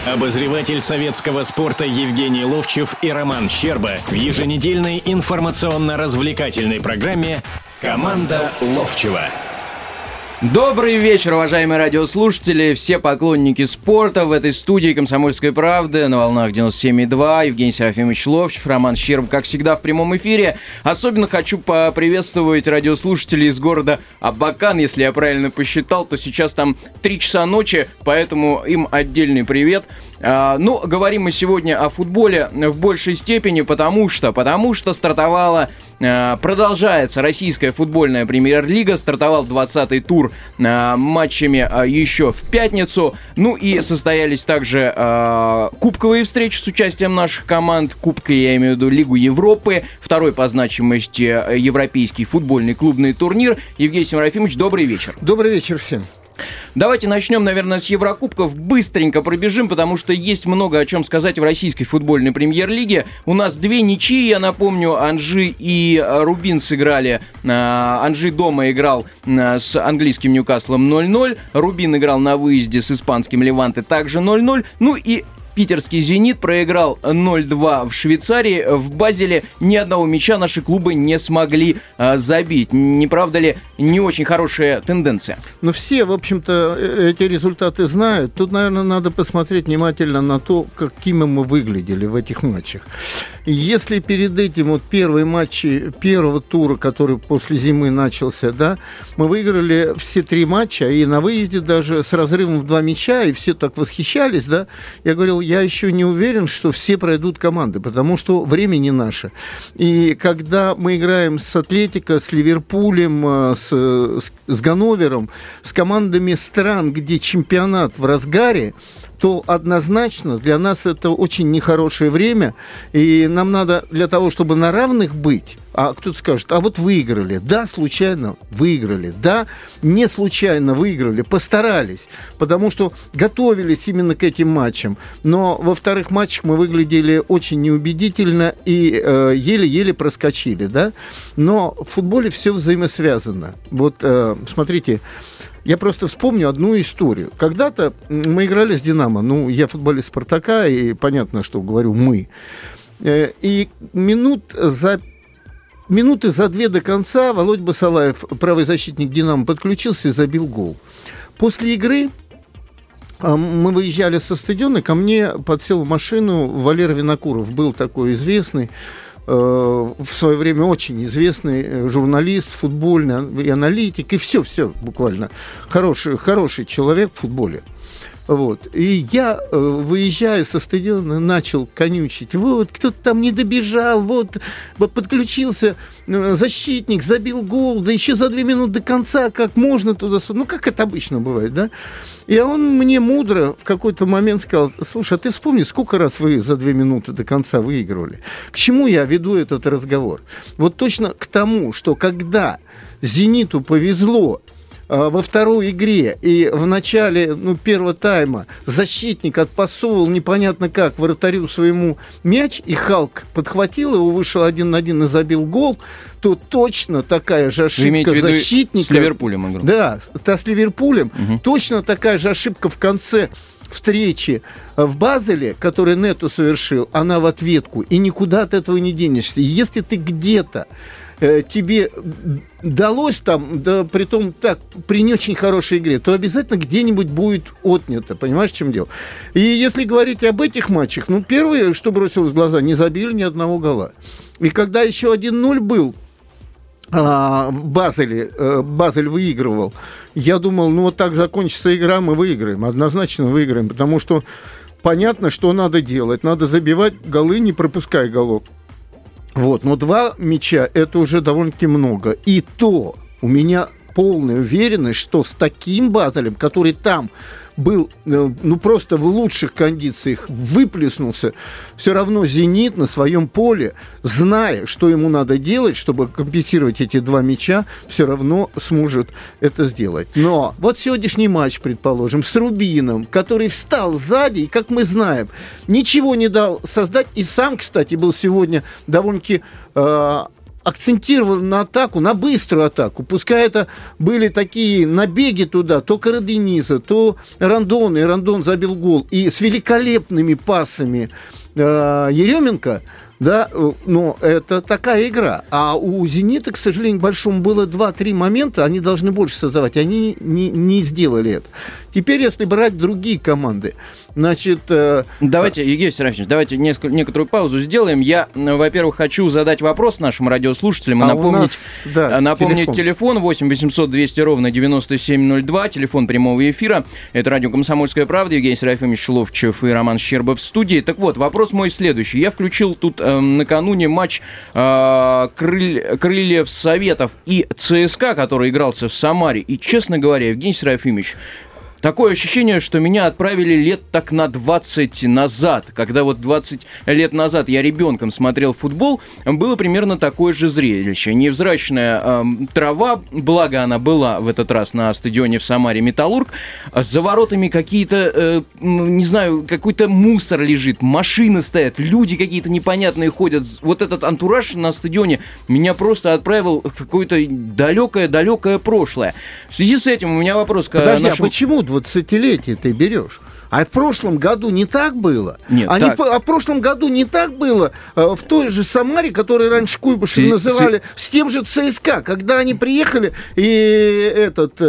Обозреватель советского спорта Евгений Ловчев и Роман Щерба в еженедельной информационно-развлекательной программе «Команда Ловчева». Добрый вечер, уважаемые радиослушатели, все поклонники спорта. В этой студии «Комсомольской правды» на волнах 97,2 Евгений Серафимович Ловчев, Роман Щерб, как всегда, в прямом эфире. Особенно хочу поприветствовать радиослушателей из города Абакан. Если я правильно посчитал, то сейчас там 3 часа ночи, поэтому им отдельный привет. Ну, говорим мы сегодня о футболе в большей степени, потому что продолжается российская футбольная премьер-лига, стартовал 20-й тур матчами еще в пятницу, ну и состоялись также кубковые встречи с участием наших команд, кубка, я имею в виду Лигу Европы, второй по значимости европейский футбольный клубный турнир. Евгений Серафимович, добрый вечер. Добрый вечер всем. Давайте начнем, наверное, с Еврокубков. Быстренько пробежим, потому что есть много о чем сказать в российской футбольной премьер-лиге. У нас 2 ничьи, я напомню, Анжи и Рубин сыграли. Анжи дома играл с английским Ньюкаслом 0-0. Рубин играл на выезде с испанским Леванте также 0-0. Ну и питерский «Зенит» проиграл 0-2 в Швейцарии. В Базеле ни одного мяча наши клубы не смогли забить. Не правда ли, не очень хорошая тенденция? Но все, в общем-то, эти результаты знают. Тут, наверное, надо посмотреть внимательно на то, какими мы выглядели в этих матчах. Если перед этим вот первые матчи первого тура, который после зимы начался, да, мы выиграли все 3 матча, и на выезде даже с разрывом в 2 мяча, и все так восхищались, да, я говорил, я еще не уверен, что все пройдут команды, потому что время не наше. И когда мы играем с Атлетико, с Ливерпулем, с Ганновером, с командами стран, где чемпионат в разгаре, то однозначно для нас это очень нехорошее время, и нам надо для того, чтобы на равных быть, а кто-то скажет, а вот выиграли, да, случайно выиграли, да, не случайно выиграли, постарались, потому что готовились именно к этим матчам, но во вторых матчах мы выглядели очень неубедительно и еле-еле проскочили, да, но в футболе все взаимосвязано. Вот смотрите, я просто вспомню одну историю. Когда-то мы играли с «Динамо». Ну, я футболист «Спартака», и понятно, что говорю «мы». И минуты за 2 до конца Володя Басалаев, правый защитник «Динамо», подключился и забил гол. После игры мы выезжали со стадиона, ко мне подсел в машину Валера Винокуров. Был такой известный, в свое время очень известный журналист, футбольный, и аналитик, и все буквально. Хороший человек в футболе. Вот. И я, выезжая со стадиона, начал конючить. Вот, кто-то там не добежал, вот, подключился защитник, забил гол, да еще за 2 минуты до конца, как можно туда... Ну, как это обычно бывает, да? И он мне мудро в какой-то момент сказал, слушай, а ты вспомни, сколько раз вы за 2 минуты до конца выигрывали? К чему я веду этот разговор? Вот точно к тому, что когда «Зениту» повезло во второй игре, и в начале первого тайма защитник отпасовывал непонятно как вратарю своему мяч, и Халк подхватил его, вышел 1-1 и забил гол, то точно такая же ошибка защитника... С Ливерпулем играл. Да, с Ливерпулем. Угу. Точно такая же ошибка в конце встречи в Базеле, которую Нету совершил, она в ответку. И никуда от этого не денешься. Если ты где-то тебе далось там, да притом так, при не очень хорошей игре, то обязательно где-нибудь будет отнято. Понимаешь, в чем дело? И если говорить об этих матчах, первое, что бросилось в глаза, не забили ни одного гола. И когда еще 1-0 был в Базеле, Базель выигрывал, я думал, вот так закончится игра, мы выиграем, однозначно выиграем, потому что понятно, что надо делать, надо забивать голы, не пропуская голов. Вот, но 2 мяча – это уже довольно-таки много. И то у меня полная уверенность, что с таким Базелем, который там был просто в лучших кондициях, выплеснулся, все равно «Зенит» на своем поле, зная, что ему надо делать, чтобы компенсировать эти 2 мяча, все равно сможет это сделать. Но вот сегодняшний матч, предположим, с Рубином, который встал сзади, и, как мы знаем, ничего не дал создать, и сам, кстати, был сегодня довольно-таки акцентировали на атаку, на быструю атаку. Пускай это были такие набеги туда, то Карадениза, то Рандон, и Рандон забил гол. И с великолепными пасами Еременко, да, но это такая игра. А у «Зенита», к сожалению, большому было 2-3 момента, они должны больше создавать, они не сделали это. Теперь, если брать другие команды, значит... Давайте, Евгений Серафимович, давайте некоторую паузу сделаем. Я, во-первых, хочу задать вопрос нашим радиослушателям и напомнить телефон 8 800 200 ровно 9702, телефон прямого эфира. Это радио «Комсомольская правда», Евгений Серафимович Ловчев и Роман Щерба в студии. Так вот, вопрос мой следующий. Я включил тут накануне матч Крыльев Советов и ЦСКА, который игрался в Самаре. И, честно говоря, Евгений Серафимович, такое ощущение, что меня отправили лет так на 20 назад. Когда вот 20 лет назад я ребенком смотрел футбол, было примерно такое же зрелище. Невзрачная трава, благо она была в этот раз на стадионе в Самаре «Металлург». За воротами какие-то, не знаю, какой-то мусор лежит, машины стоят, люди какие-то непонятные ходят. Вот этот антураж на стадионе меня просто отправил в какое-то далекое прошлое. В связи с этим у меня вопрос к Подожди, нашему... а почему 20-летие ты берешь? А в прошлом году не так было. Нет, в прошлом году не так было в той же Самаре, которую раньше Куйбышев называли, с тем же ЦСКА, когда они приехали, и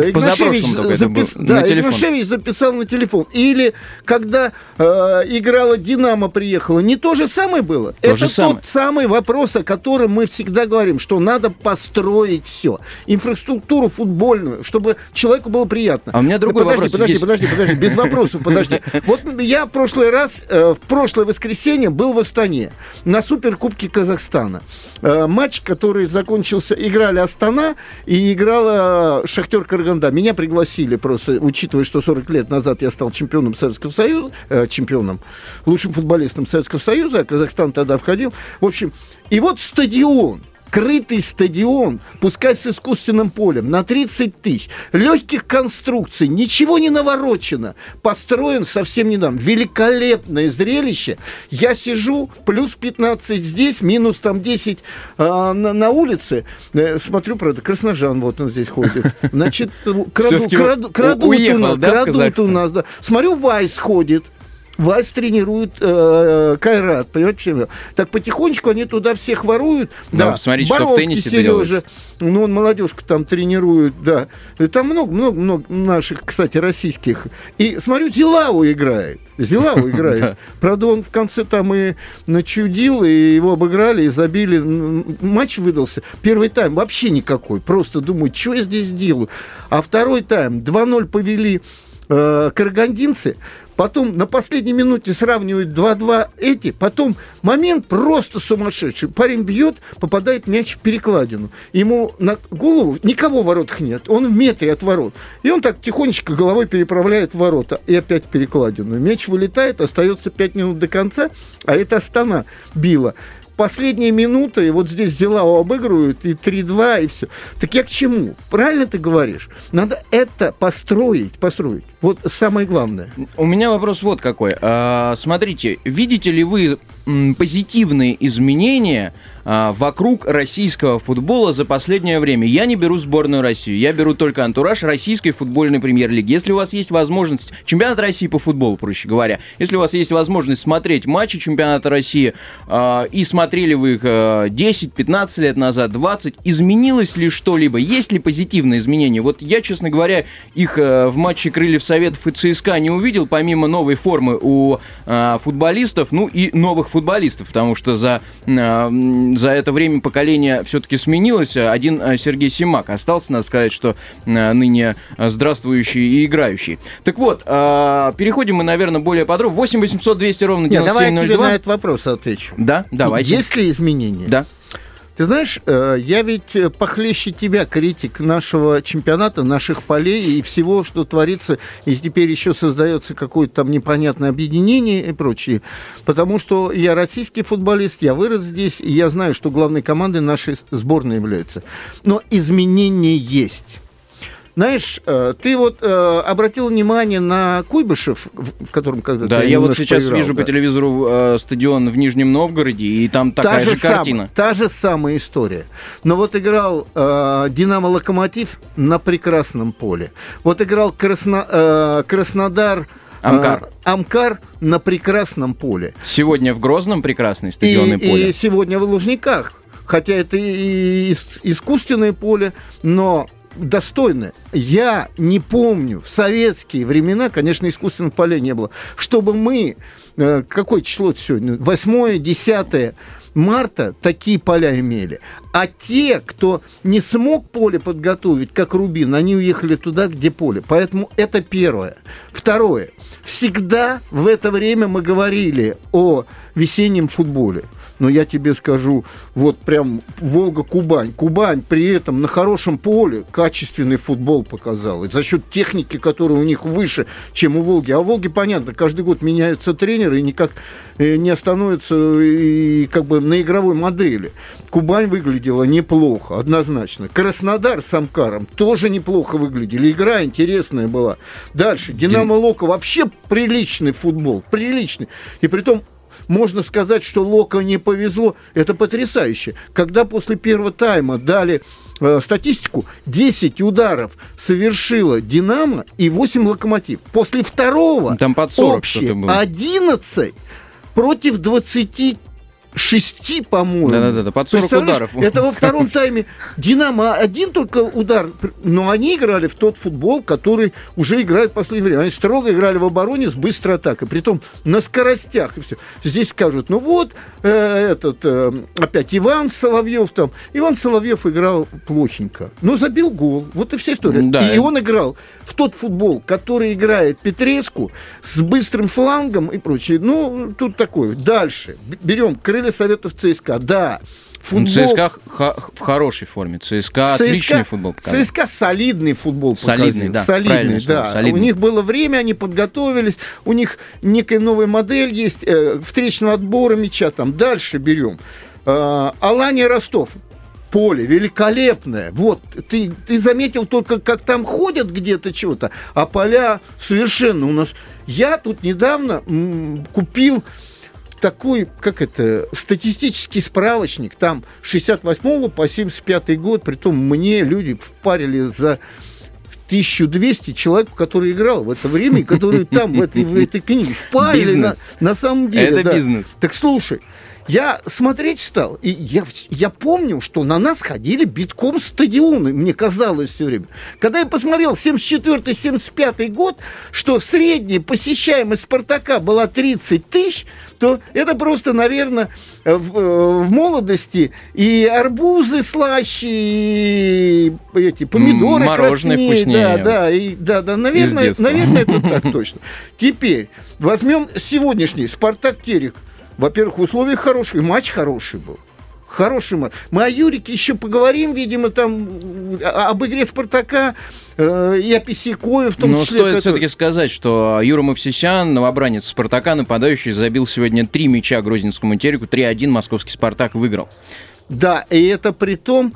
Игнашевич записал на телефон. Или когда играла «Динамо», приехала. Не то же самое было. Это тот самый вопрос, о котором мы всегда говорим, что надо построить все. Инфраструктуру футбольную, чтобы человеку было приятно. А у меня другой вопрос. Подожди, без вопросов, подожди. Вот я в прошлое воскресенье был в Астане на Суперкубке Казахстана. Матч, который закончился, играли Астана и играла Шахтер Караганда. Меня пригласили просто, учитывая, что 40 лет назад я стал чемпионом Советского Союза, лучшим футболистом Советского Союза, а Казахстан тогда входил. В общем, и вот стадион, крытый стадион, пускай с искусственным полем, на 30 тысяч, легких конструкций, ничего не наворочено, построен совсем недавно. Великолепное зрелище. Я сижу, плюс 15 здесь, минус там 10 на улице. Смотрю, правда, Красножан вот он здесь ходит. Значит, крадут у нас. Да. Смотрю, Вайс ходит. Вайс тренирует Кайрат, понимаете? Так потихонечку они туда всех воруют. Да, посмотрите, что в теннисе Сережа, ну, он молодежку там тренирует, да. И там много наших, кстати, российских. И смотрю, Зилау играет. Правда, он в конце там и начудил, и его обыграли, и забили. Матч выдался. Первый тайм вообще никакой. Просто думаю, что я здесь делаю? А второй тайм 2-0 повели карагандинцы. Потом на последней минуте сравнивают 2-2 эти. Потом момент просто сумасшедший. Парень бьет, попадает мяч в перекладину. Ему на голову никого в воротах нет. Он в метре от ворот. И он так тихонечко головой переправляет в ворота. И опять в перекладину. Мяч вылетает, остается 5 минут до конца. А это Астана била. Последние минуты, и вот здесь Зилау обыгрывают, и 3-2, и все. Так я к чему? Правильно ты говоришь? Надо это построить. Вот самое главное. У меня вопрос вот какой. Смотрите, видите ли вы позитивные изменения вокруг российского футбола за последнее время? Я не беру сборную России, я беру только антураж российской футбольной премьер-лиги. Если у вас есть возможность, чемпионат России по футболу, проще говоря, если у вас есть возможность смотреть матчи чемпионата России, и смотрели вы их 10-15 лет назад, 20, изменилось ли что-либо? Есть ли позитивные изменения? Вот я, честно говоря, их в матче Крыльев Советов и ЦСКА не увидел, помимо новой формы у футболистов, ну и новых футболистов, потому что за это время поколение все-таки сменилось. Один Сергей Симак остался, надо сказать, что ныне здравствующий и играющий. Так вот, переходим мы, наверное, более подробно. 8 800 200 ровно 9702. Давай я тебе на этот вопрос отвечу. Да, давайте. Есть ли изменения? Да. Ты знаешь, я ведь похлеще тебя критик нашего чемпионата, наших полей и всего, что творится, и теперь еще создается какое-то там непонятное объединение и прочее. Потому что я российский футболист, я вырос здесь, и я знаю, что главной командой нашей сборной является. Но изменения есть. Знаешь, ты вот обратил внимание на Куйбышев, в котором когда-то Да, я вот сейчас поиграл, вижу по телевизору стадион в Нижнем Новгороде, и там такая же картина. Та же самая история. Но вот играл «Динамо-Локомотив» на прекрасном поле. Вот играл Краснодар... Амкар на прекрасном поле. Сегодня в Грозном прекрасный стадион и поле. И сегодня в Лужниках. Хотя это и искусственное поле, но достойное. Я не помню, в советские времена, конечно, искусственных полей не было, чтобы мы, какое число сегодня, 8-10 марта такие поля имели. А те, кто не смог поле подготовить, как Рубин, они уехали туда, где поле. Поэтому это первое. Второе. Всегда в это время мы говорили о весеннем футболе. Но я тебе скажу, вот прям Волга-Кубань. Кубань при этом на хорошем поле качественный футбол показал. И за счет техники, которая у них выше, чем у Волги. А у Волги, понятно, каждый год меняются тренеры и никак не остановятся и как бы на игровой модели. Кубань выглядела неплохо, однозначно. Краснодар с Амкаром тоже неплохо выглядели. Игра интересная была. Дальше. Динамо-Локо вообще приличный футбол. Приличный. И притом можно сказать, что Локо не повезло. Это потрясающе. Когда после первого тайма дали статистику, 10 ударов совершила Динамо и 8 Локомотив. После второго там под 40 общее 11 против 26, по-моему. Да, под 40 ударов. Это во втором тайме Динамо один только удар, но они играли в тот футбол, который уже играет в последнее время. Они строго играли в обороне с быстрой атакой, притом на скоростях и все. Здесь скажут, ну вот, опять Иван Соловьев там. Иван Соловьев играл плохенько, но забил гол. Вот и вся история. Да. И он играл в тот футбол, который играет Петреску с быстрым флангом и прочее. Ну, тут такое. Дальше. Берем крылья Советов ЦСКА. Да. Футбол... ЦСКА в хорошей форме. ЦСКА отличный футбол показал. ЦСКА солидный футбол солидный, показал. Да, солидный, да. Солидный. У них было время, они подготовились. У них некая новая модель есть. Встречного отбора мяча. Там. Дальше берем. Алания Ростов. Поле великолепное. Вот, ты заметил только, как там ходят где-то чего-то, а поля совершенно у нас... Я тут недавно купил такой, статистический справочник, там 68 по 75 год, притом мне люди впарили за 1200 человек, который играл в это время, и которые там в этой книге впарили на самом деле. Это бизнес. Так слушай, я смотреть стал, и я помню, что на нас ходили битком стадионы, мне казалось все время. Когда я посмотрел 74-75 год, что средняя посещаемость «Спартака» была 30 тысяч, то это просто, наверное, в молодости и арбузы слаще, и эти помидоры краснее. Да, наверное, это так точно. Теперь возьмем сегодняшний «Спартак-Терек». Во-первых, условия хорошие, матч хороший был. Хороший матч. Мы о Юрике еще поговорим, видимо, там об игре «Спартака» и о Писякове в том числе. Но стоит все-таки сказать, что Юра Мовсисян, новобранец «Спартака», нападающий, забил сегодня 3 мяча Грозненскому «Тереку», 3-1 московский «Спартак» выиграл. Да, и это при том,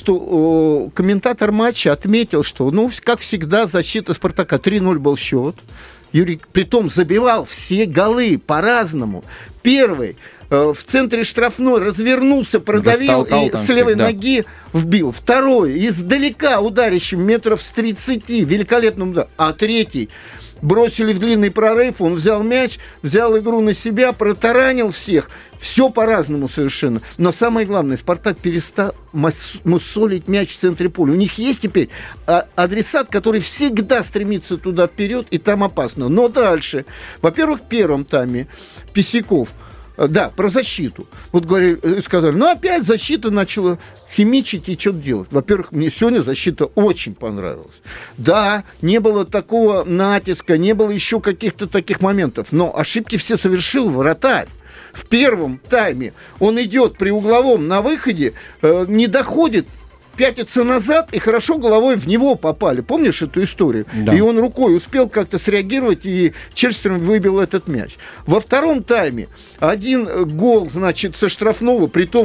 что комментатор матча отметил, что, как всегда, защита «Спартака» 3-0 был счет. Юрий, притом, забивал все голы по-разному. Первый в центре штрафной развернулся, продавил и с левой ноги вбил. Второй издалека ударящим метров с 30, великолепным ударом. А третий бросили в длинный прорыв, он взял мяч, взял игру на себя, протаранил всех. Все по-разному совершенно. Но самое главное, «Спартак» перестал мусолить мяч в центре поля. У них есть теперь адресат, который всегда стремится туда вперед, и там опасно. Но дальше. Во-первых, в первом тайме Писяков. Да, про защиту. Вот сказали, опять защита начала химичить и что-то делать. Во-первых, мне сегодня защита очень понравилась. Да, не было такого натиска, не было еще каких-то таких моментов. Но ошибки все совершил вратарь. В первом тайме он идет при угловом на выходе, не доходит, пятится назад, и хорошо головой в него попали. Помнишь эту историю? Да. И он рукой успел как-то среагировать, и Чельстрем выбил этот мяч. Во втором тайме один гол, со штрафного, притом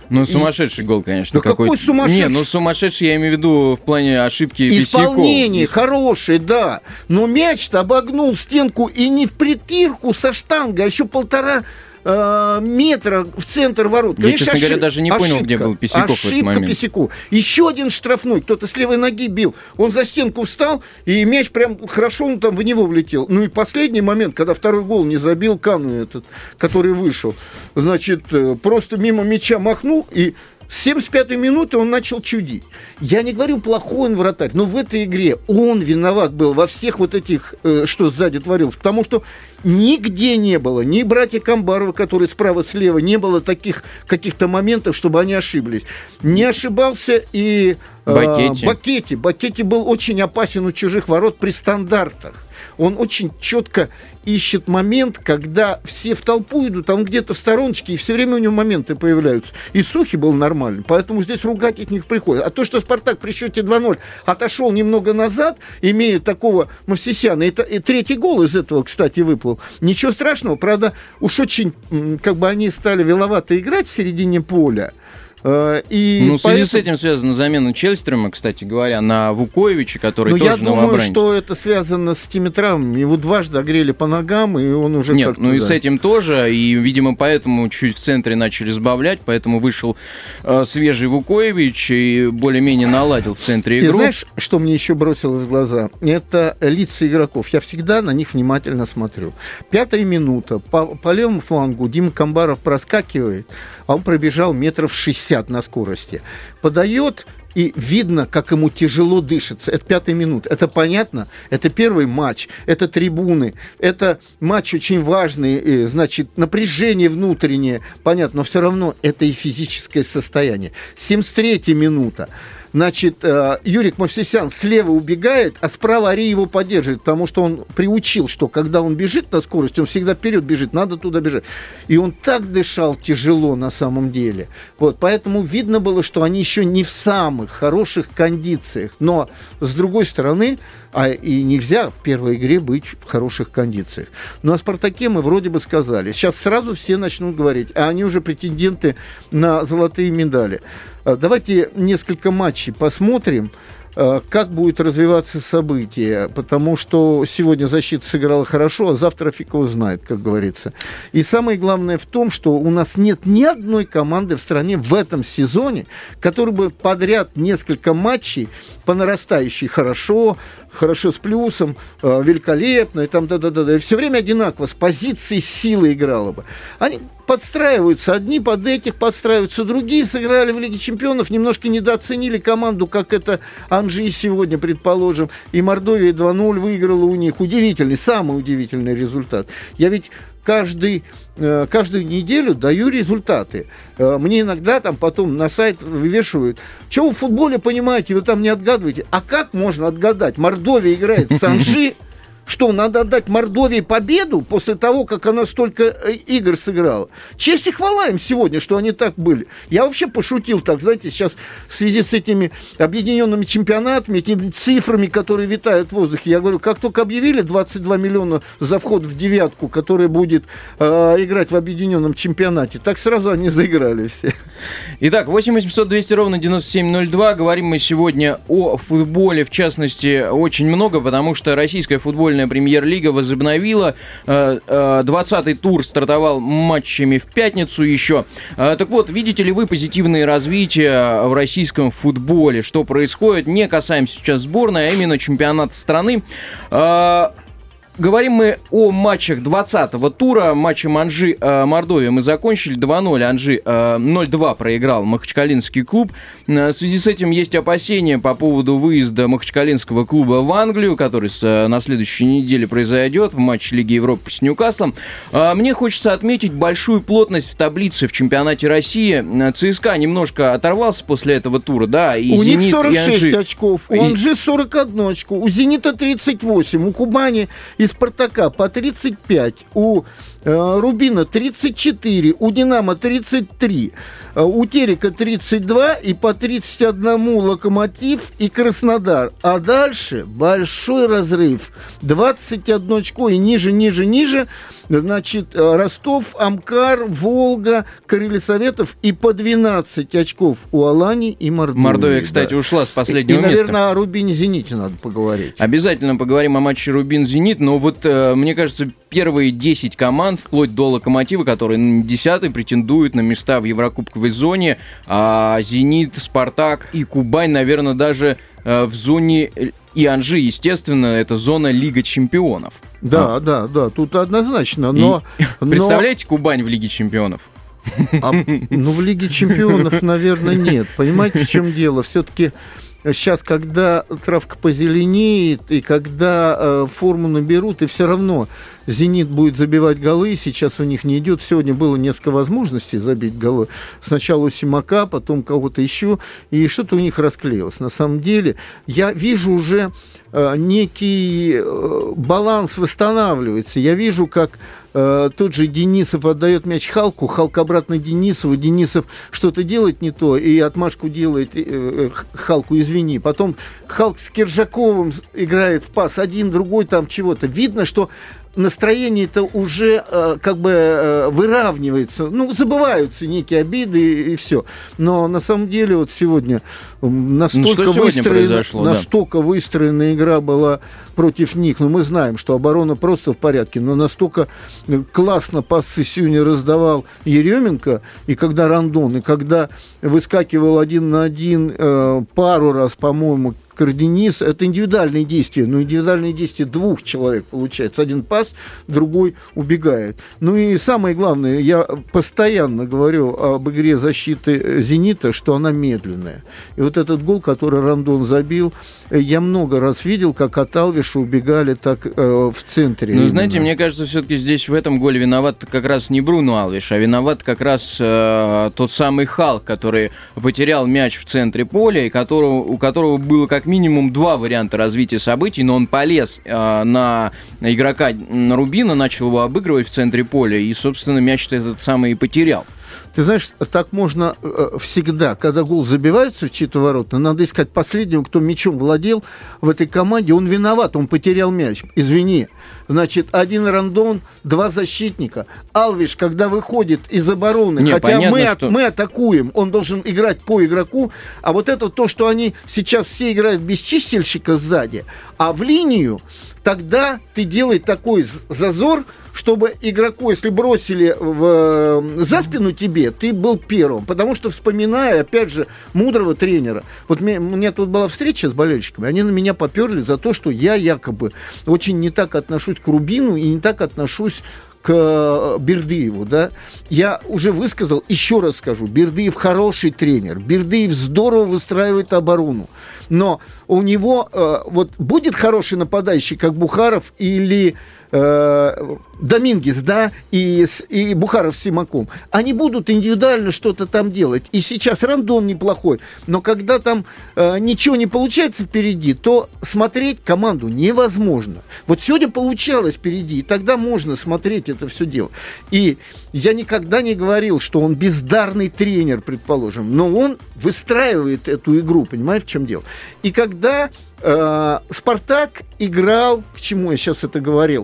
Ну, сумасшедший гол, конечно. Да какой сумасшедший? Не, ну сумасшедший я имею в виду в плане ошибки Бесякова. Исполнение хорошее, да. Но мяч-то обогнул стенку и не в притирку со штангой, а еще 1,5 метра в центр ворот. Конечно, я, честно говоря, даже не понял, где был Бесяков в этот момент. Бесякова. Еще один штрафной, кто-то с левой ноги бил. Он за стенку встал, и мяч прям хорошо он там в него влетел. Ну и последний момент, когда второй гол не забил Кану этот, который вышел. Значит, просто мимо мяча махнул, и с 75-й минуты он начал чудить. Я не говорю, плохой он вратарь, но в этой игре он виноват был во всех вот этих, что сзади творилось. Потому что нигде не было, ни братья Камбарова, которые справа-слева, не было таких каких-то моментов, чтобы они ошиблись. Не ошибался и Бакетти. Бакетти был очень опасен у чужих ворот при стандартах. Он очень четко ищет момент, когда все в толпу идут, а он где-то в стороночке, и все время у него моменты появляются. И Сухи был нормальный, поэтому здесь ругать от них приходит. А то, что «Спартак» при счете 2-0 отошел немного назад, имея такого Мовсисяна, и третий гол из этого, кстати, выплыл. Ничего страшного, правда, уж очень, как бы они стали виловато играть в середине поля. И в связи с этим связана замена Чельстрема, кстати говоря, на Вукоевича, который тоже новобранец. Я думаю, что это связано с теми травмами. Его дважды огрели по ногам, и он уже как-то... Нет, и с этим тоже, и, видимо, поэтому чуть в центре начали сбавлять, поэтому вышел свежий Вукоевич и более-менее наладил в центре игру. И знаешь, что мне еще бросилось в глаза? Это лица игроков. Я всегда на них внимательно смотрю. 5-я минута. По левому флангу Дима Камбаров проскакивает, а он пробежал метров 60 на скорости. Подает, и видно, как ему тяжело дышится. Это 5-я минута. Это понятно? Это первый матч. Это трибуны. Это матч очень важный. Значит, напряжение внутреннее. Понятно. Но все равно это и физическое состояние. 73-я минута. Значит, Юрик Мовсисян слева убегает, а справа Ари его поддерживает, потому что он приучил, что когда он бежит на скорости, он всегда вперед бежит, надо туда бежать. И он так дышал тяжело на самом деле. Вот, поэтому видно было, что они еще не в самых хороших кондициях. Но, с другой стороны, и нельзя в первой игре быть в хороших кондициях. Но о «Спартаке» мы вроде бы сказали. Сейчас сразу все начнут говорить, а они уже претенденты на золотые медали. Давайте несколько матчей посмотрим, как будет развиваться событие, потому что сегодня защита сыграла хорошо, а завтра фиг его знает, как говорится. И самое главное в том, что у нас нет ни одной команды в стране в этом сезоне, которая бы подряд несколько матчей по нарастающей хорошо с плюсом, великолепно, и там и все время одинаково, с позиции силы играла бы. Они подстраиваются, одни под этих подстраиваются, другие сыграли в Лиге Чемпионов, немножко недооценили команду, как это Анжи сегодня, предположим, и Мордовия 2-0 выиграла у них. Удивительный, самый удивительный результат. Я ведь каждую неделю даю результаты. Мне иногда там потом на сайт вывешивают. Что вы в футболе понимаете, вы там не отгадываете. А как можно отгадать? Мордовия играет с Анжи. Что, надо отдать Мордовии победу после того, как она столько игр сыграла? Честь и хвала им сегодня, что они так были. Я вообще пошутил так, знаете, сейчас в связи с этими объединенными чемпионатами, этими цифрами, которые витают в воздухе. Я говорю, как только объявили 22 миллиона за вход в девятку, которая будет играть в объединенном чемпионате, так сразу они заиграли все. Итак, 8 800 200 ровно 9702. Говорим мы сегодня о футболе, в частности, очень много, потому что российская футбольная премьер-лига возобновила. 20-й тур стартовал матчами в пятницу еще. Так вот, видите ли вы позитивные развития в российском футболе? Что происходит? Не касаемся сейчас сборной, а именно чемпионата страны. Говорим мы о матчах 20-го тура. Матчем Анжи-Мордовия мы закончили 2-0. Анжи 0-2 проиграл Махачкалинский клуб. В связи с этим есть опасения по поводу выезда Махачкалинского клуба в Англию, который на следующей неделе произойдет в матче Лиги Европы с Ньюкаслом. Мне хочется отметить большую плотность в таблице в чемпионате России. ЦСКА немножко оторвался после этого тура, да. И у Зенит, них 46 и Анжи... очков, у Анжи 41 очко, у Зенита 38, у Кубани и «Спартака» по 35, у «Рубина» 34, у «Динамо» 33, у «Терека» 32 и по 31 «Локомотив» и «Краснодар». А дальше большой разрыв. 21 очко и ниже. Значит, Ростов, Амкар, Волга, Карелий Советов и по 12 очков у Алани и Мордовии. Мордовия, кстати, ушла с последнего места. И, наверное, о «Рубине-Зените» надо поговорить. Обязательно поговорим о матче «Рубин-Зенит», но вот, мне кажется, первые 10 команд, вплоть до «Локомотива», которые на 10-й претендуют на места в Еврокубковой зоне, а «Зенит», «Спартак» и «Кубань», наверное, даже в зоне, и «Анжи», естественно, это зона Лига Чемпионов. Да, тут однозначно. Но представляете Кубань в Лиге Чемпионов? В Лиге Чемпионов, наверное, нет. Понимаете, в чем дело? Все-таки сейчас, когда травка позеленеет, и когда форму наберут, и все равно «Зенит» будет забивать голы, сейчас у них не идет. Сегодня было несколько возможностей забить голы. Сначала у Симака, потом кого-то еще, и что-то у них расклеилось. На самом деле, я вижу уже некий баланс восстанавливается. Я вижу, как тот же Денисов отдает мяч Халку, Халк обратно Денисову, Денисов что-то делает не то, и отмашку делает Халку, извини. Потом Халк с Киржаковым играет в пас, один, другой там чего-то. Видно, что настроение-то уже выравнивается. Забываются некие обиды и все. Но на самом деле вот сегодня настолько выстроенная игра была против них. Мы знаем, что оборона просто в порядке, но настолько классно пасы сегодня раздавал Еременко, и когда Рандон, и когда выскакивал 1 на 1 пару раз, по-моему, Денис, это индивидуальные действия, но индивидуальные действия двух человек получается. Один пас, другой убегает. И самое главное, я постоянно говорю об игре защиты «Зенита», что она медленная. И вот этот гол, который Рандон забил, я много раз видел, как от Алвиша убегали так в центре. Знаете, мне кажется, все-таки здесь в этом голе виноват как раз не Бруно Алвиш, а виноват как раз тот самый Халк, который потерял мяч в центре поля, и у которого было как минимум 2 варианта развития событий, но он полез на игрока Рубина, начал его обыгрывать в центре поля, и, собственно, мяч-то этот самый и потерял. Ты знаешь, так можно всегда, когда гол забивается в чьи-то ворота, надо искать последнего, кто мячом владел в этой команде. Он виноват, он потерял мяч. Извини. Значит, 1 Рандон, 2 защитника. Алвиш, когда выходит из обороны, мы атакуем, он должен играть по игроку. А вот это то, что они сейчас все играют без чистильщика сзади, а в линию, тогда ты делай такой зазор, чтобы игроку, если бросили за спину тебе, ты был первым. Потому что, вспоминая, опять же, мудрого тренера. Вот у меня тут была встреча с болельщиками, они на меня поперли за то, что я якобы очень не так отношусь к Рубину и не так отношусь к Бердыеву, да. Я уже высказал, еще раз скажу, Бердыев хороший тренер, Бердыев здорово выстраивает оборону, но у него вот будет хороший нападающий, как Бухаров или Домингес, да, и Бухаров с Симаком, они будут индивидуально что-то там делать. И сейчас Рандон неплохой, но когда там ничего не получается впереди, то смотреть команду невозможно. Вот сегодня получалось впереди, и тогда можно смотреть это все дело. И я никогда не говорил, что он бездарный тренер, предположим, но он выстраивает эту игру, понимаешь, в чем дело. И когда «Спартак» играл, к чему я сейчас это говорил,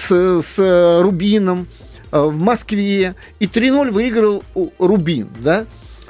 с «Рубином» в Москве, и 3-0 выиграл «Рубин», да?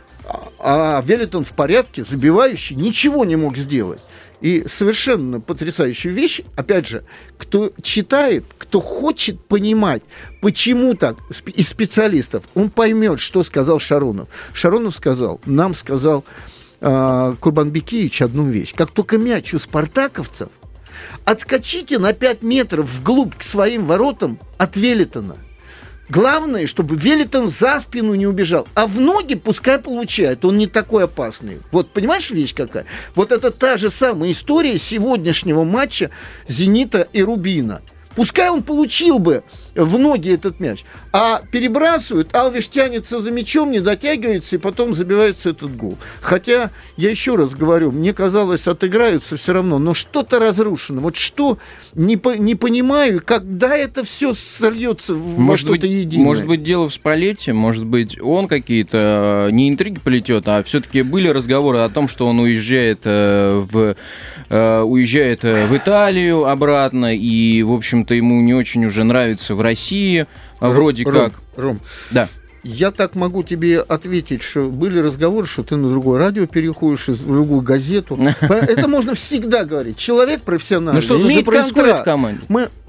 А Велитон в порядке, забивающий, ничего не мог сделать. И совершенно потрясающая вещь, опять же, кто читает, кто хочет понимать, почему так, из специалистов, он поймет, что сказал Шаронов. Шаронов нам сказал Курбанбекеевич одну вещь. Как только мяч у спартаковцев, отскочите на 5 метров вглубь к своим воротам от Велитона. Главное, чтобы Велитон за спину не убежал. А в ноги пускай получает. Он не такой опасный. Вот понимаешь, вещь какая? Вот это та же самая история сегодняшнего матча «Зенита» и «Рубина». Пускай он получил бы в ноги этот мяч, а перебрасывают, Алвиш тянется за мячом, не дотягивается, и потом забивается этот гол. Хотя, я еще раз говорю, мне казалось, отыграются все равно, но что-то разрушено. Вот что, не понимаю, когда это все сольется во что-то единое. Может быть, дело в Спалетти, может быть, он какие-то, не интриги плетет, а все-таки были разговоры о том, что он уезжает в Италию обратно, и, в общем-то, ему не очень уже нравится в России, вроде как. Ром, да. Я так могу тебе ответить, что были разговоры, что ты на другое радио переходишь, в другую газету. Это можно всегда говорить. Человек профессиональный. Ну что же происходит в команде?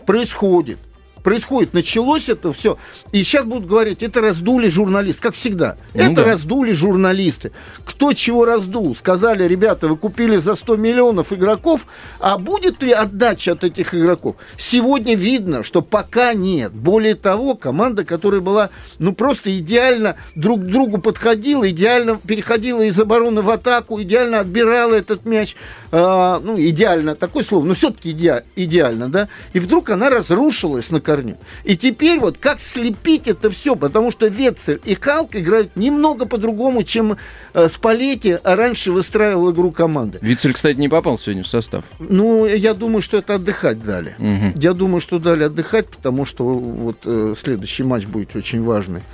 Происходит, началось это все. И сейчас будут говорить, это раздули журналисты, как всегда. Раздули журналисты. Кто чего раздул? Сказали, ребята, вы купили за 100 миллионов игроков, а будет ли отдача от этих игроков? Сегодня видно, что пока нет. Более того, команда, которая была, просто идеально друг к другу подходила, идеально переходила из обороны в атаку, идеально отбирала этот мяч. Идеально, такое слово, но все-таки идеально, да? И вдруг она разрушилась на корню. И теперь вот как слепить это все, потому что Ветцель и Халк играют немного по-другому, чем Спалетти раньше выстраивал игру команды. Ветцель, кстати, не попал сегодня в состав. Я думаю, что это отдыхать дали. Угу. Я думаю, что дали отдыхать, потому что следующий матч будет очень важный.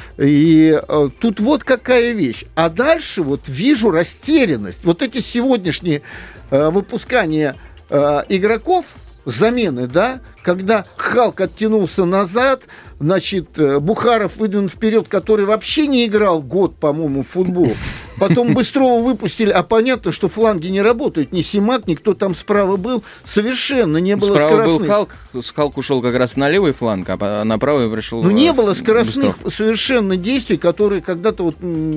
И тут вот какая вещь. А дальше вижу растерянность. Вот эти сегодняшние выпускания игроков, замены, да, когда Халк оттянулся назад, Бухаров выдвинут вперед, который вообще не играл год, по-моему, в футбол. Потом Быстрова выпустили, а понятно, что фланги не работают. Ни Симак, ни кто там справа был. Совершенно не было скоростных. Справа был Халк ушел как раз на левый фланг, а на правый пришел не было скоростных совершенно действий, которые когда-то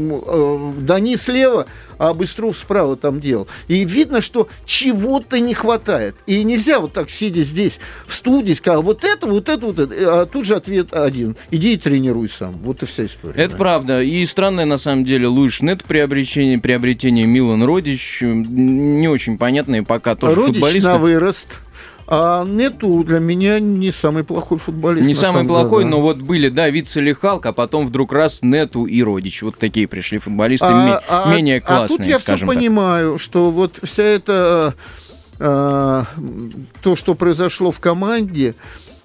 Дани слева, а Быстров справа там делал. И видно, что чего-то не хватает. И нельзя вот так, сидя здесь в студии, сказать, вот это. А тут же ответ один. Иди и тренируй сам. Вот и вся история. Это правда. И странное, на самом деле, Луиш Шнет приобретение Милан Родич. Не очень понятные пока тоже Родич футболисты. На вырост. А Нету для меня не самый плохой футболист. Не самый плохой, но вот были, Вицель и Халк, а потом вдруг раз Нету и Родич. Вот такие пришли футболисты менее классные, тут я все понимаю, что вот вся эта... то, что произошло в команде...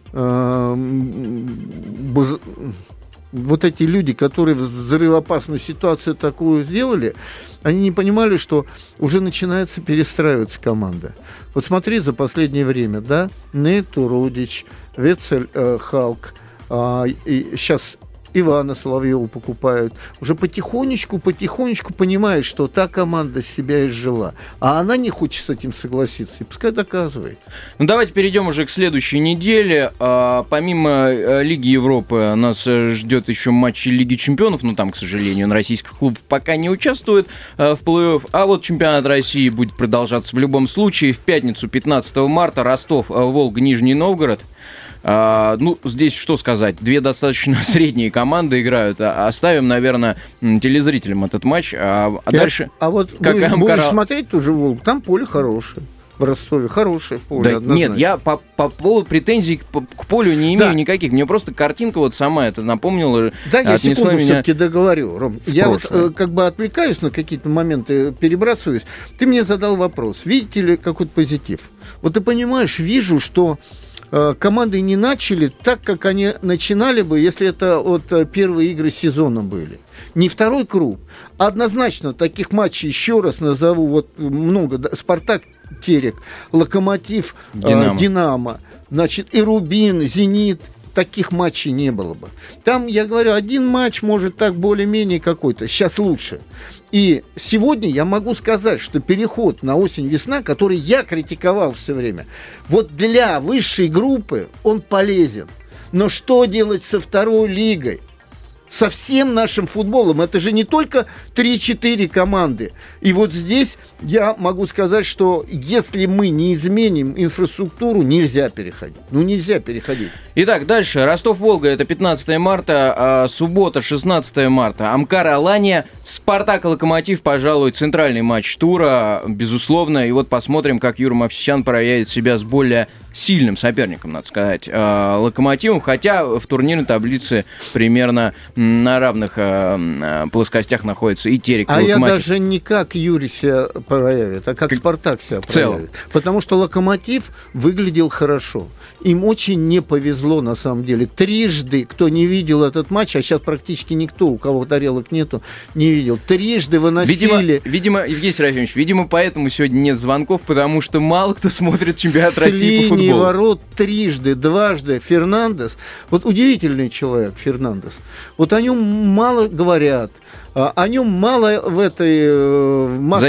вот эти люди, которые взрывоопасную ситуацию такую сделали, они не понимали, что уже начинается перестраиваться команда. Вот смотри за последнее время, да, Нету, Родич, Ветцель, Халк, и сейчас Ивана Соловьева покупают. Уже потихонечку понимает, что та команда себя изжила. А она не хочет с этим согласиться. И пускай доказывает. Давайте перейдем уже к следующей неделе. Помимо Лиги Европы нас ждет еще матчи Лиги Чемпионов. Но там, к сожалению, российских клубов пока не участвует в плей-офф. А вот чемпионат России будет продолжаться в любом случае. В пятницу, 15 марта, Ростов, Волга, Нижний Новгород. Здесь что сказать, две достаточно средние команды играют. Оставим, наверное, телезрителям этот матч. Дальше... будешь смотреть ту же Волгу, там поле хорошее. В Ростове хорошее поле, однозначно. Нет, я по поводу претензий к полю не имею никаких. Мне просто картинка сама это напомнила. Да, я секунду все-таки договорю, Ром. Я отвлекаюсь на какие-то моменты, перебрасываюсь. Ты мне задал вопрос. Видите ли какой-то позитив? Вот ты понимаешь, вижу, что команды не начали так, как они начинали бы, если это первые игры сезона были. Не второй круг. Однозначно таких матчей, еще раз назову, много. Спартак, Терек, Локомотив, Динамо, и Рубин, Зенит. Таких матчей не было бы. Там, я говорю, один матч, может, так более-менее какой-то. Сейчас лучше. И сегодня я могу сказать, что переход на осень-весна, который я критиковал все время, вот для высшей группы он полезен. Но что делать со второй лигой? Со всем нашим футболом. Это же не только 3-4 команды. И вот здесь я могу сказать, что если мы не изменим инфраструктуру, нельзя переходить. Нельзя переходить. Итак, дальше. Ростов-Волга, это 15 марта, суббота, 16 марта. Амкар-Алания, Спартак-Локомотив, пожалуй, центральный матч тура, безусловно. И вот посмотрим, как Юра Мовсисян проявит себя с более сильным соперником, надо сказать, Локомотивом, хотя в турнирной таблице примерно на равных плоскостях находится и Терек, и Локомотив. Я даже не как Юрий себя проявит, а как Спартак себя проявит. Потому что Локомотив выглядел хорошо. Им очень не повезло, на самом деле. Трижды, кто не видел этот матч, а сейчас практически никто, у кого тарелок нету, не видел. Трижды выносили... Видимо, Евгений Серафимович, поэтому сегодня нет звонков, потому что мало кто смотрит чемпионат России по футболу. Ворот трижды, дважды Фернандес. Вот удивительный человек Фернандес. Вот о нем мало говорят. О нем мало в этой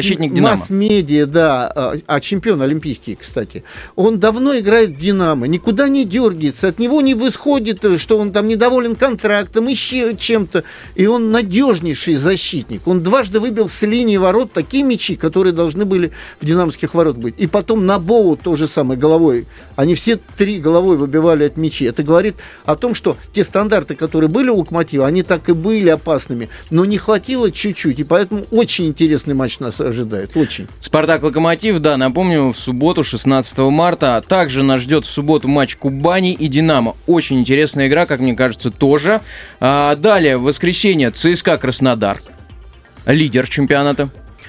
масс-медиа, да, чемпион олимпийский, кстати. Он давно играет в «Динамо», никуда не дергается, от него не восходит, что он там недоволен контрактом, еще чем-то. И он надежнейший защитник. Он дважды выбил с линии ворот такие мячи, которые должны были в динамовских ворот быть. И потом на Боу то же самое, головой. Они все три головой выбивали от мячей. Это говорит о том, что те стандарты, которые были у «Локомотива», они так и были опасными, но не хватило чуть-чуть, и поэтому очень интересный матч нас ожидает, очень. «Спартак-Локомотив», да, напомню, в субботу, 16 марта. Также нас ждет в субботу матч Кубани и «Динамо». Очень интересная игра, как мне кажется, тоже. Далее, в воскресенье, ЦСКА-Краснодар, лидер чемпионата.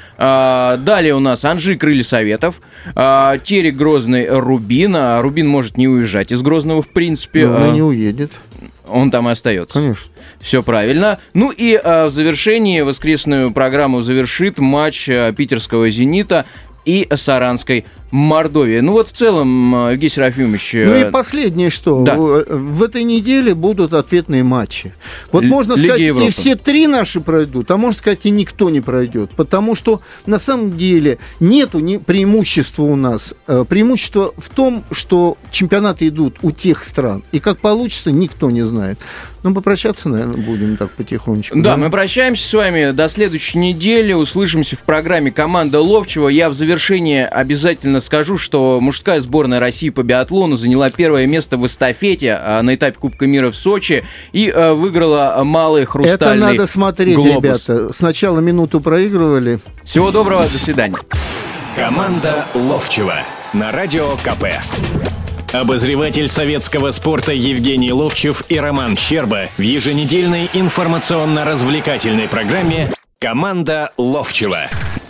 Далее у нас Анжи, Крылья Советов, Терек, Грозный, Рубин. Рубин может не уезжать из Грозного, в принципе. Он не уедет. Он там и остается. Конечно. Все правильно. Ну и в завершении воскресную программу завершит матч питерского «Зенита» и саранской Мордовии. Ну вот в целом, Евгений Серафимович... Ну и последнее, что да. В этой неделе будут ответные матчи. Вот можно сказать, и все три наши пройдут, а можно сказать, и никто не пройдет. Потому что на самом деле нету преимущества у нас. Преимущество в том, что чемпионаты идут у тех стран. И как получится, никто не знает. Ну, попрощаться, наверное, будем так потихонечку. Да, мы прощаемся с вами до следующей недели. Услышимся в программе «Команда Ловчева». Я в завершение обязательно скажу, что мужская сборная России по биатлону заняла первое место в эстафете на этапе Кубка мира в Сочи и выиграла малый хрустальный глобус. Это надо смотреть, ребята. Сначала минуту проигрывали. Всего доброго, до свидания. Команда Ловчева на Радио КП. Обозреватель советского спорта Евгений Ловчев и Роман Щерба в еженедельной информационно-развлекательной программе «Команда Ловчева».